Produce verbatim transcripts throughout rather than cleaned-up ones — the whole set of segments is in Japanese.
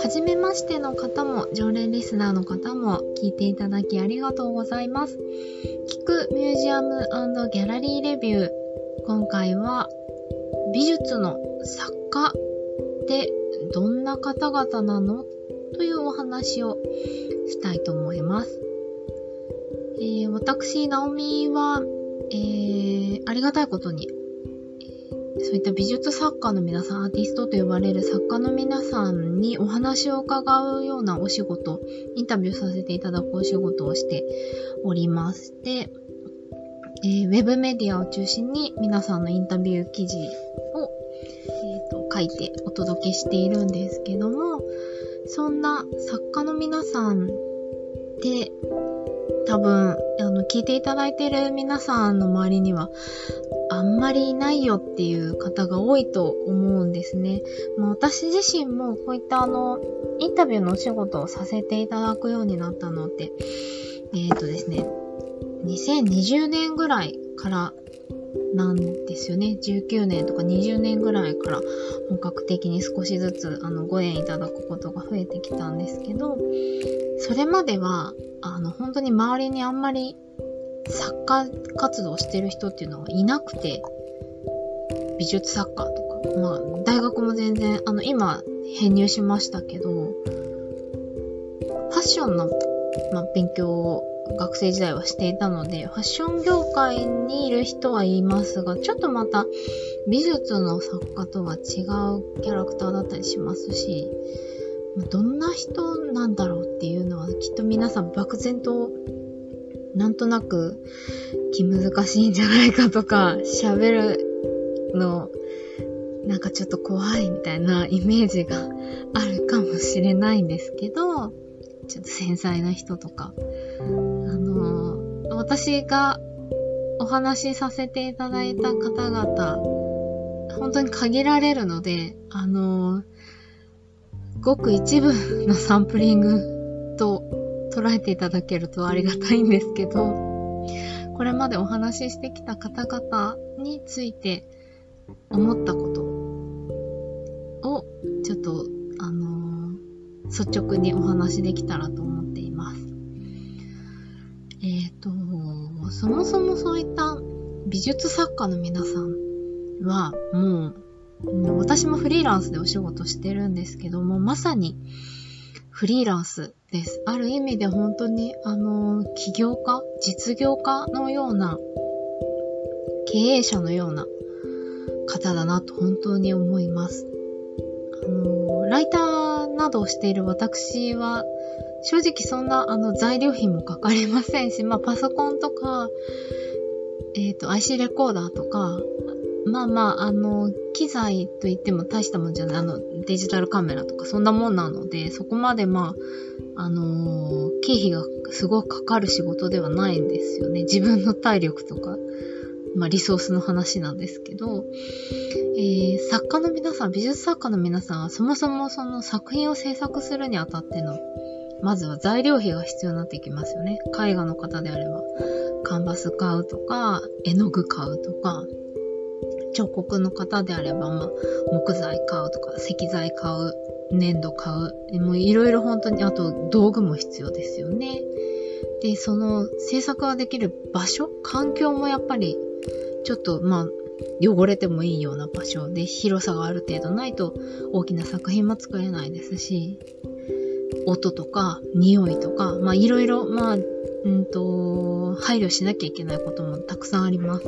じめましての方も常連リスナーの方も聞いていただきありがとうございます。聞くミュージアム&ギャラリーレビュー、今回は美術の作家ってどんな方々なのというお話をしたいと思います。えー、私、ナオミは、えー、ありがたいことにそういった美術作家の皆さん、アーティストと呼ばれる作家の皆さんにお話を伺うようなお仕事、インタビューさせていただくお仕事をしておりまして、えー、ウェブメディアを中心に皆さんのインタビュー記事を、えーと、書いてお届けしているんですけども、そんな作家の皆さんって多分あの聞いていただいている皆さんの周りにはあんまりいないよっていう方が多いと思うんですね。まあ、私自身もこういったあのインタビューのお仕事をさせていただくようになったのってえっとですねにせんにじゅうねんぐらいからなんですよね。じゅうきゅうねんとかにじゅうねんぐらいから本格的に少しずつあのご縁いただくことが増えてきたんですけど、それまではあの本当に周りにあんまり作家活動してる人っていうのがいなくて、美術作家とか、まあ大学も全然あの今編入しましたけど、ファッションの、まあ、勉強を学生時代はしていたので、ファッション業界にいる人はいますが、ちょっとまた美術の作家とは違うキャラクターだったりしますし、どんな人なんだろうっていうのはきっと皆さん漠然となんとなく気難しいんじゃないかとか、喋るのなんかちょっと怖いみたいなイメージがあるかもしれないんですけど、ちょっと繊細な人とか、あのー、私がお話しさせていただいた方々本当に限られるので、あのー、ごく一部のサンプリングと捉えていただけるとありがたいんですけど、これまでお話ししてきた方々について思ったことをちょっとあのー、率直にお話できたらと思っています。えっとそもそもそういった美術作家の皆さんはもう私もフリーランスでお仕事してるんですけども、まさにフリーランスです。ある意味で本当にあの起業家、実業家のような経営者のような方だなと本当に思います。あのライターなどをしている私は正直そんなあの材料費もかかりませんし、まあパソコンとかえっと アイシー レコーダーとか、まあまあ、あの、機材といっても大したもんじゃない、あの、デジタルカメラとかそんなもんなので、そこまでまあ、あのー、経費がすごくかかる仕事ではないんですよね。自分の体力とか、まあリソースの話なんですけど、えー、作家の皆さん、美術作家の皆さんはそもそもその作品を制作するにあたっての、まずは材料費が必要になってきますよね。絵画の方であれば、カンバス買うとか、絵の具買うとか、彫刻の方であれば、まあ、木材買うとか、石材買う、粘土買う、もういろいろ本当に、あと道具も必要ですよね。で、その制作ができる場所、環境もやっぱり、ちょっとまあ、汚れてもいいような場所で、広さがある程度ないと大きな作品も作れないですし、音とか匂いとか、まあいろいろ、まあ、うんと、配慮しなきゃいけないこともたくさんあります。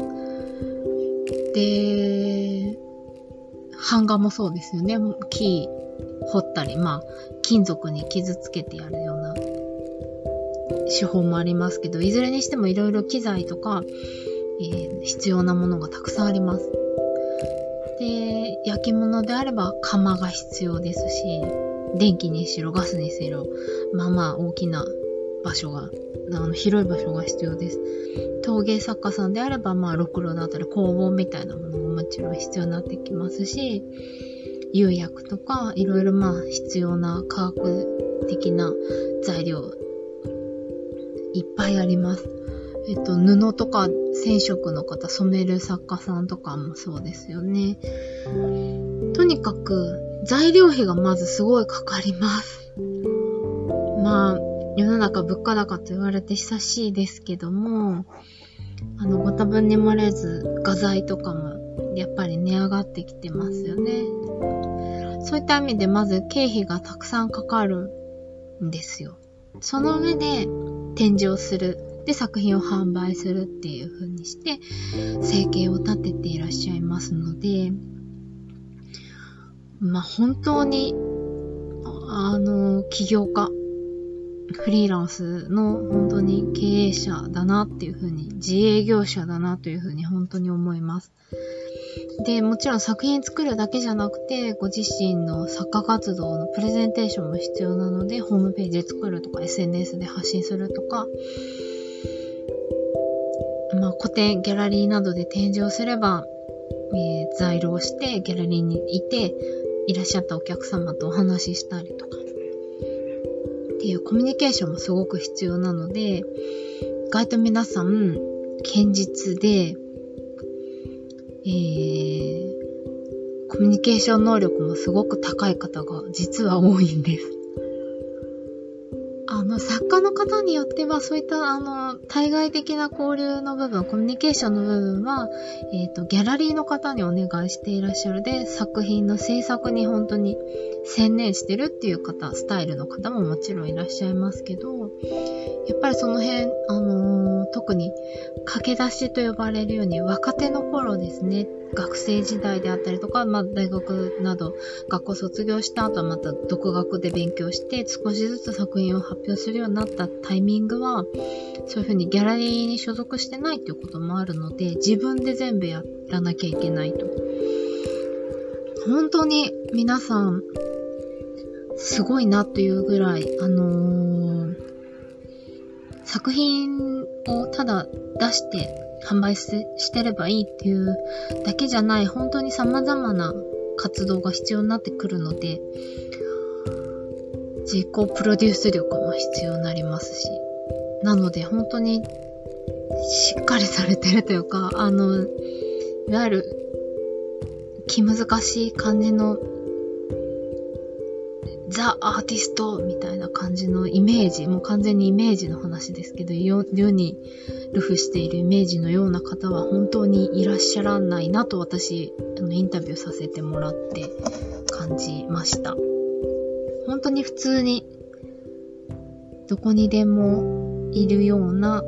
で、版画もそうですよね。木掘ったり、まあ、金属に傷つけてやるような手法もありますけど、いずれにしてもいろいろ機材とか、えー、必要なものがたくさんあります。で、焼き物であれば窯が必要ですし、電気にしろガスにしろ、まあまあ大きな場所が、あの広い場所が必要です。陶芸作家さんであれば、まあろくろだったり工房みたいなものももちろん必要になってきますし、釉薬とかいろいろまあ必要な科学的な材料いっぱいあります。えっと布とか染色の方、染める作家さんとかもそうですよね。とにかく材料費がまずすごいかかります。まあ、世の中物価高と言われて久しいですけども、あの、ご多分に漏れず、画材とかもやっぱり値上がってきてますよね。そういった意味でまず経費がたくさんかかるんですよ。その上で展示をする。で、作品を販売するっていう風にして、生計を立てていらっしゃいますので、まあ、本当に、あの、起業家、フリーランスの本当に経営者だなっていう風に、自営業者だなという風に本当に思います。で、もちろん作品作るだけじゃなくて、ご自身の作家活動のプレゼンテーションも必要なので、ホームページ作るとか エスエヌエス で発信するとか、まあ、個展、ギャラリーなどで展示をすれば、えー、在庫してギャラリーにいて、いらっしゃったお客様とお話ししたりとか、っていうコミュニケーションもすごく必要なので、意外と皆さん、堅実で、えー、コミュニケーション能力もすごく高い方が実は多いんです。あの、作家の方によっては、そういった、あの、対外的な交流の部分、コミュニケーションの部分は、えっと、ギャラリーの方にお願いしていらっしゃるで、作品の制作に本当に専念してるっていう方、スタイルの方ももちろんいらっしゃいますけど、やっぱりその辺、あのー、特に駆け出しと呼ばれるように若手の頃ですね、学生時代であったりとか、まあ、大学など学校卒業した後はまた独学で勉強して少しずつ作品を発表するようになったタイミングは、そういうふうにギャラリーに所属してないということもあるので、自分で全部やらなきゃいけないと。本当に皆さんすごいなというぐらい、あのー、作品をただ出して販売してればいいっていうだけじゃない、本当に様々な活動が必要になってくるので、自己プロデュース力も必要になりますし、なので本当にしっかりされてるというか、あの、いわゆる気難しい感じのザ・アーティストみたいな感じのイメージ、もう完全にイメージの話ですけど、世に流布しているイメージのような方は本当にいらっしゃらないなと私、あのインタビューさせてもらって感じました。本当に普通にどこにでもいるような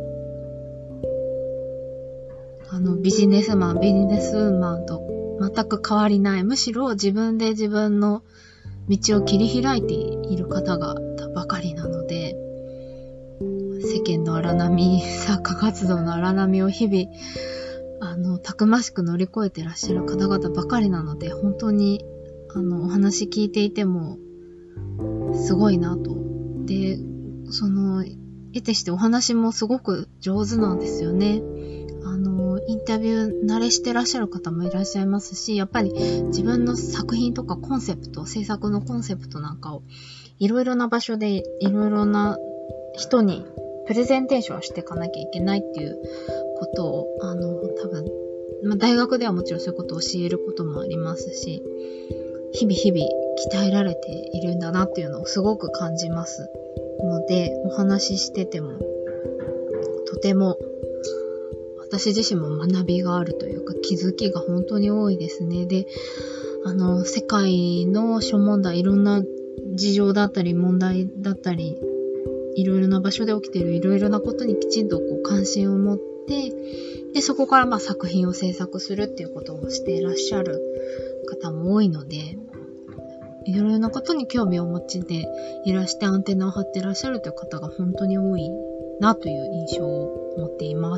あのビジネスマン、ビジネスウーマンと全く変わりない。むしろ自分で自分の道を切り開いている方がばかりなので、世間の荒波、作家活動の荒波を日々、あの、たくましく乗り越えてらっしゃる方々ばかりなので、本当に、あの、お話聞いていても、すごいなと。で、その、得てしてお話もすごく上手なんですよね。あの、インタビュー慣れしてらっしゃる方もいらっしゃいますし、やっぱり自分の作品とかコンセプト、制作のコンセプトなんかをいろいろな場所でいろいろな人にプレゼンテーションしていかなきゃいけないっていうことを、あの、多分、まあ、大学ではもちろんそういうことを教えることもありますし、日々日々鍛えられているんだなっていうのをすごく感じますので、お話ししててもとても私自身も学びがあるというか気づきが本当に多いですね。で、あの、世界の諸問題、いろんな事情だったり問題だったり、いろいろな場所で起きているいろいろなことにきちんとこう関心を持って、で、そこからまあ作品を制作するっていうことをしていらっしゃる方も多いので、いろいろなことに興味をお持ちでいらしてアンテナを張っていらっしゃるという方が本当に多いなという印象を持っています。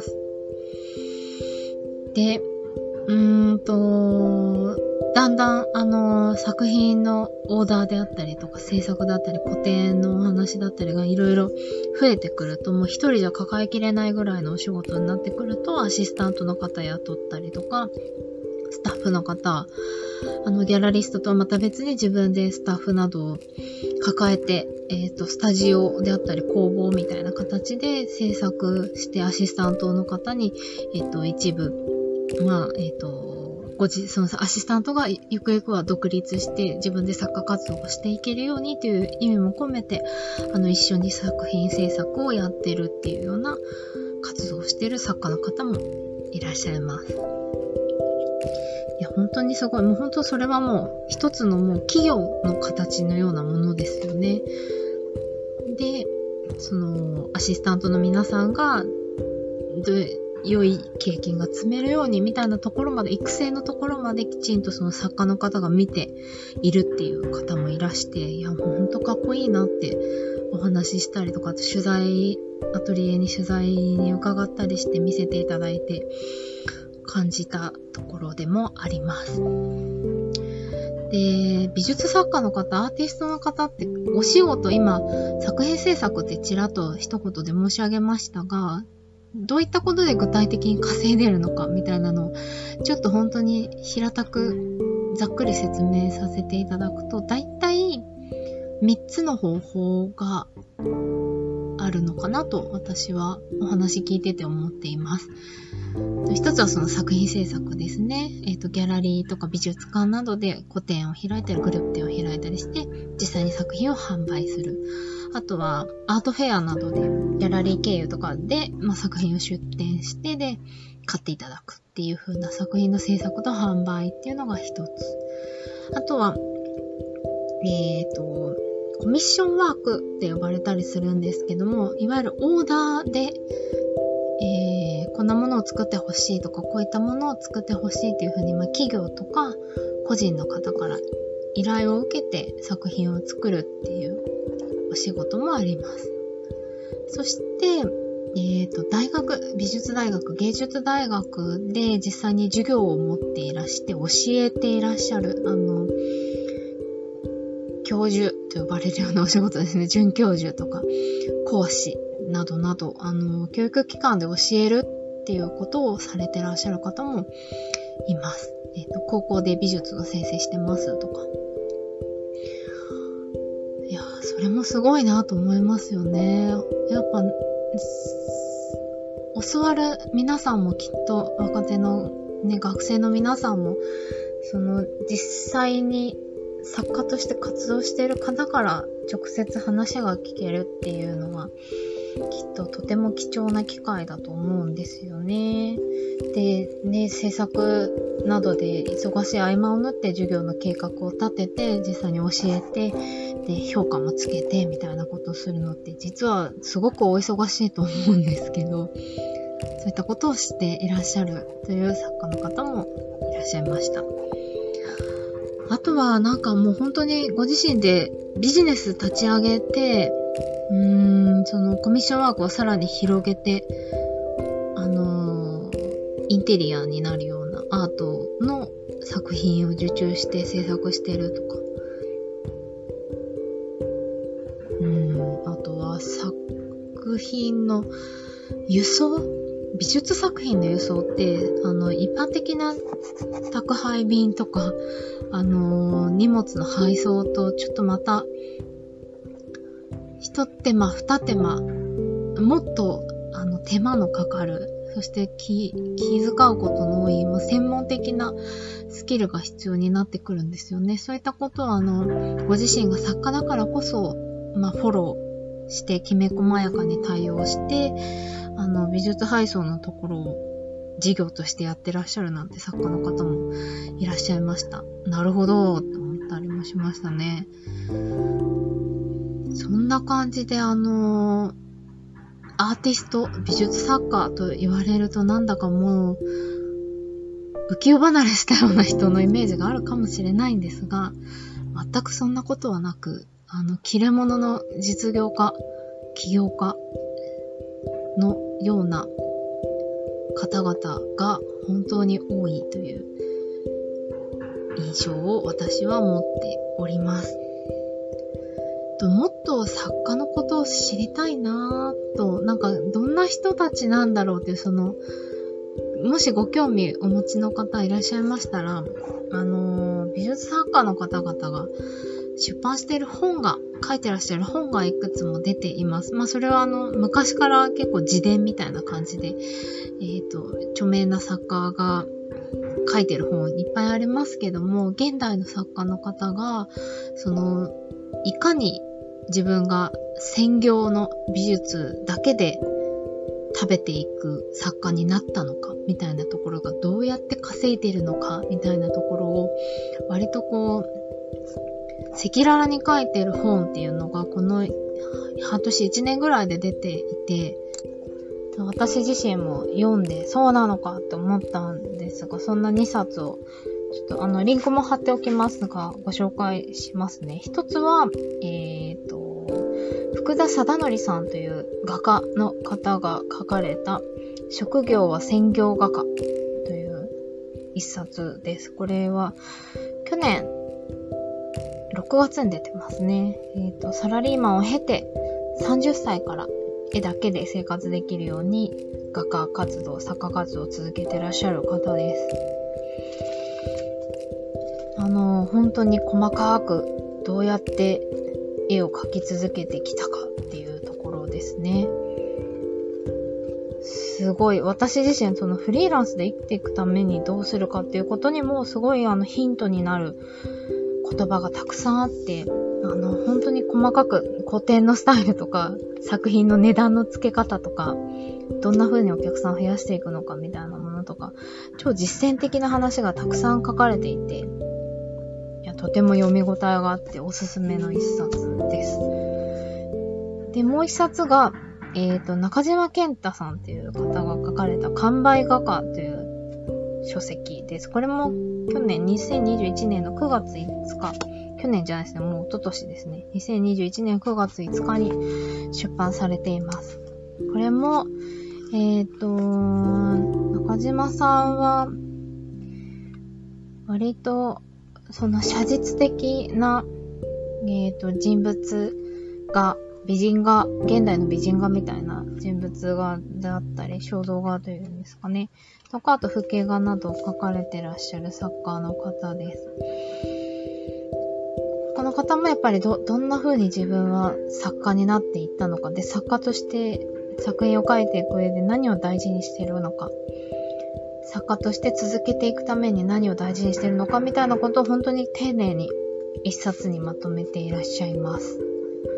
で、うーんと、だんだん、あのー、作品のオーダーであったりとか制作だったり個展のお話だったりがいろいろ増えてくると、もう一人じゃ抱えきれないぐらいのお仕事になってくると、アシスタントの方雇ったりとか、スタッフの方、あの、ギャラリストとはまた別に自分でスタッフなどを抱えて、えっと、スタジオであったり工房みたいな形で制作してアシスタントの方に、えっと、一部、まあ、えっと、 ご自、そのアシスタントがゆくゆくは独立して自分で作家活動をしていけるようにという意味も込めて、あの一緒に作品制作をやってるっていうような活動をしている作家の方もいらっしゃいます。いや、本当にすごい。もう本当それはもう一つのもう企業の形のようなものですよね。で、そのアシスタントの皆さんがで良い経験が積めるようにみたいなところまで、育成のところまできちんとその作家の方が見ているっていう方もいらして、いや、もう本当かっこいいなってお話ししたりとか、取材、アトリエに取材に伺ったりして見せていただいて感じたところでもあります。で、美術作家の方、アーティストの方ってお仕事、今作品制作ってちらっと一言で申し上げましたが、どういったことで具体的に稼いでるのかみたいなのをちょっと本当に平たくざっくり説明させていただくと、だいたいみっつの方法があるのかなと私はお話聞いてて思っています。一つはその作品制作ですね。えっと、ギャラリーとか美術館などで個展を開いたり、グループ展を開いたりして、実際に作品を販売する。あとは、アートフェアなどで、ギャラリー経由とかで、まあ、作品を出展して、で、買っていただくっていう風な作品の制作と販売っていうのが一つ。あとは、えっと、コミッションワークって呼ばれたりするんですけども、いわゆるオーダーで、えー、こんなものを作ってほしいとか、こういったものを作ってほしいというふうに、まあ、企業とか個人の方から依頼を受けて作品を作るっていうお仕事もあります。そして、えっと、大学、美術大学、芸術大学で実際に授業を持っていらして教えていらっしゃる、あの、教授と呼ばれるようなお仕事ですね。准教授とか講師などなど、あの、教育機関で教えるっていうことをされてらっしゃる方もいます。えっと、高校で美術の先生してますとか。いや、それもすごいなと思いますよね。やっぱ、教わる皆さんもきっと、若手のね、学生の皆さんも、その、実際に作家として活動している方から直接話が聞けるっていうのは、きっととても貴重な機会だと思うんですよね。で、ね、制作などで忙しい合間を縫って授業の計画を立てて、実際に教えて、で、評価もつけてみたいなことをするのって実はすごくお忙しいと思うんですけど、そういったことをしていらっしゃるという作家の方もいらっしゃいました。あとはなんかもう本当にご自身でビジネス立ち上げて、うーん、そのコミッションワークをさらに広げて、あのー、インテリアになるようなアートの作品を受注して制作してるとか、うーん、あとは作品の輸送、美術作品の輸送って、あの、一般的な宅配便とか、あのー、荷物の配送とちょっとまた、一手間二手間もっとあの手間のかかる、そして気、気遣うことの多い、もう専門的なスキルが必要になってくるんですよね。そういったことはあのご自身が作家だからこそ、まあ、フォローしてきめ細やかに対応して、あの美術配送のところを事業としてやってらっしゃるなんて作家の方もいらっしゃいました。なるほどって思ったりもしましたね。そんな感じであのー、アーティスト、美術作家と言われるとなんだかもう浮世離れしたような人のイメージがあるかもしれないんですが、全くそんなことはなく、あの切れ者の実業家、起業家のような方々が本当に多いという印象を私は持っております。ともっと作家のことを知りたいなぁと、なんかどんな人たちなんだろうっていう、そのもしご興味お持ちの方いらっしゃいましたら、あのー、美術作家の方々が出版している本が、書いてらっしゃる本がいくつも出ています。まあそれはあの昔から結構自伝みたいな感じで、えっと著名な作家が書いてる本いっぱいありますけども、現代の作家の方が、その、いかに自分が専業の美術だけで食べていく作家になったのか、みたいなところがどうやって稼いでいるのか、みたいなところを、割とこう、赤裸々に書いている本っていうのが、この半年いちねんぐらいで出ていて、私自身も読んでそうなのかって思ったんですが、そんなにさつをちょっとあのリンクも貼っておきますがご紹介しますね。一つはえっと福田貞則さんという画家の方が書かれた職業は専業画家という一冊です。これは去年ろくがつに出てますね。えっとサラリーマンを経てさんじゅっさいから絵だけで生活できるように画家活動、作家活動を続けてらっしゃる方です。あの、本当に細かくどうやって絵を描き続けてきたかっていうところですね。すごい、私自身そのフリーランスで生きていくためにどうするかっていうことにもすごいあのヒントになる言葉がたくさんあって、あの、本当に細かく古典のスタイルとか、作品の値段の付け方とか、どんな風にお客さんを増やしていくのかみたいなものとか、超実践的な話がたくさん書かれていて、いや、とても読み応えがあっておすすめの一冊です。で、もう一冊が、えっと、中島健太さんっていう方が書かれた完売画家という書籍です。これも去年にせんにじゅういちねんのくがついつか、去年じゃないですね、もう一昨年ですね。にせんにじゅういちねんくがついつかに出版されています。これも、えっと、中島さんは、割と、その写実的な、えっと、人物が、美人画、現代の美人画みたいな人物画であったり、肖像画というんですかね。とか、あと風景画などを描かれてらっしゃる作家の方です。この方もやっぱりど、どんな風に自分は作家になっていったのかで、作家として作品を描いていく上で何を大事にしているのか、作家として続けていくために何を大事にしているのかみたいなことを本当に丁寧に一冊にまとめていらっしゃいます。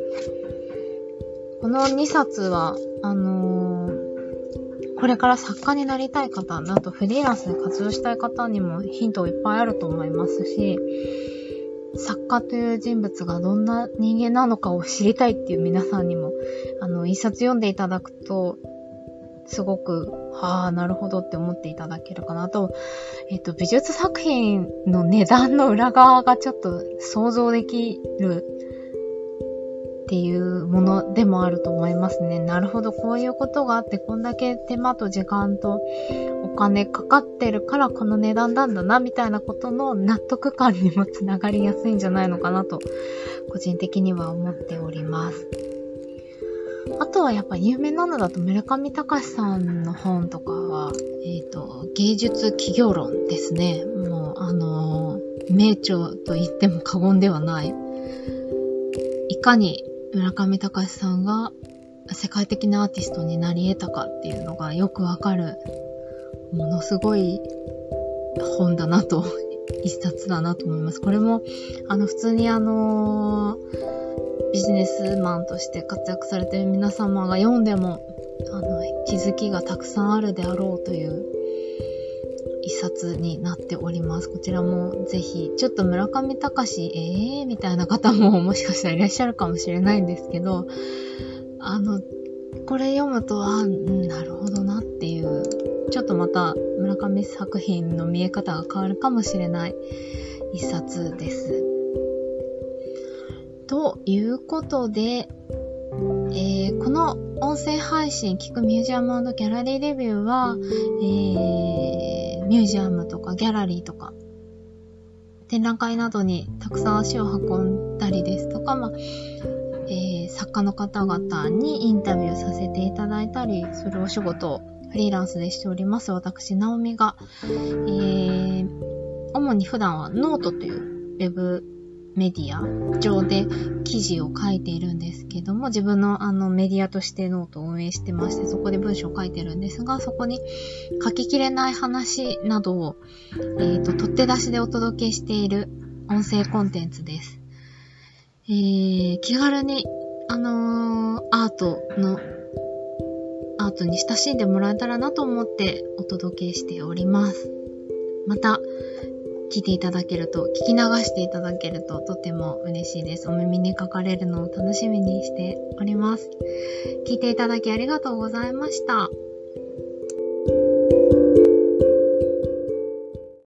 このにさつは、あのー、これから作家になりたい方、あとフリーランスで活動したい方にもヒントいっぱいあると思いますし、作家という人物がどんな人間なのかを知りたいっていう皆さんにも、あの、一冊読んでいただくと、すごく、はあ、なるほどって思っていただけるかなと、えっと、美術作品の値段の裏側がちょっと想像できるっていうものでもあると思いますね。なるほど、こういうことがあって、こんだけ手間と時間とお金かかってるからこの値段なんだな、みたいなことの納得感にもつながりやすいんじゃないのかなと、個人的には思っております。あとはやっぱ有名なのだと村上隆さんの本とかは、えっと、芸術企業論ですね。もう、あのー、名著と言っても過言ではない。いかに村上隆さんが世界的なアーティストになり得たかっていうのがよくわかる、ものすごい本だなと、一冊だなと思います。これも、あの、普通にあのー、ビジネスマンとして活躍されている皆様が読んでも、あの、気づきがたくさんあるであろうという一冊になっております。こちらもぜひ、ちょっと村上隆、えーみたいな方ももしかしたらいらっしゃるかもしれないんですけど、あの、これ読むと、あ、なるほどなっていう、ちょっとまた村上作品の見え方が変わるかもしれない一冊です。ということで、えー、この音声配信聞くミュージアム&ギャラリーレビューは、えー、ミュージアムとかギャラリーとか展覧会などにたくさん足を運んだりですとか、まあえー、作家の方々にインタビューさせていただいたりするお仕事をフリーランスでしております私、ナオミが、えー、主に普段はノートというウェブメディア上で記事を書いているんですけども、自分のあのメディアとしてノートを運営してまして、そこで文章を書いてるんですが、そこに書ききれない話などを、えっと、取って出しでお届けしている音声コンテンツです。えー、気軽に、あのー、アートの、アートに親しんでもらえたらなと思ってお届けしております。また、聞いていただけると、聞き流していただけるととても嬉しいです。お耳にかかれるのを楽しみにしております。聞いていただきありがとうございました。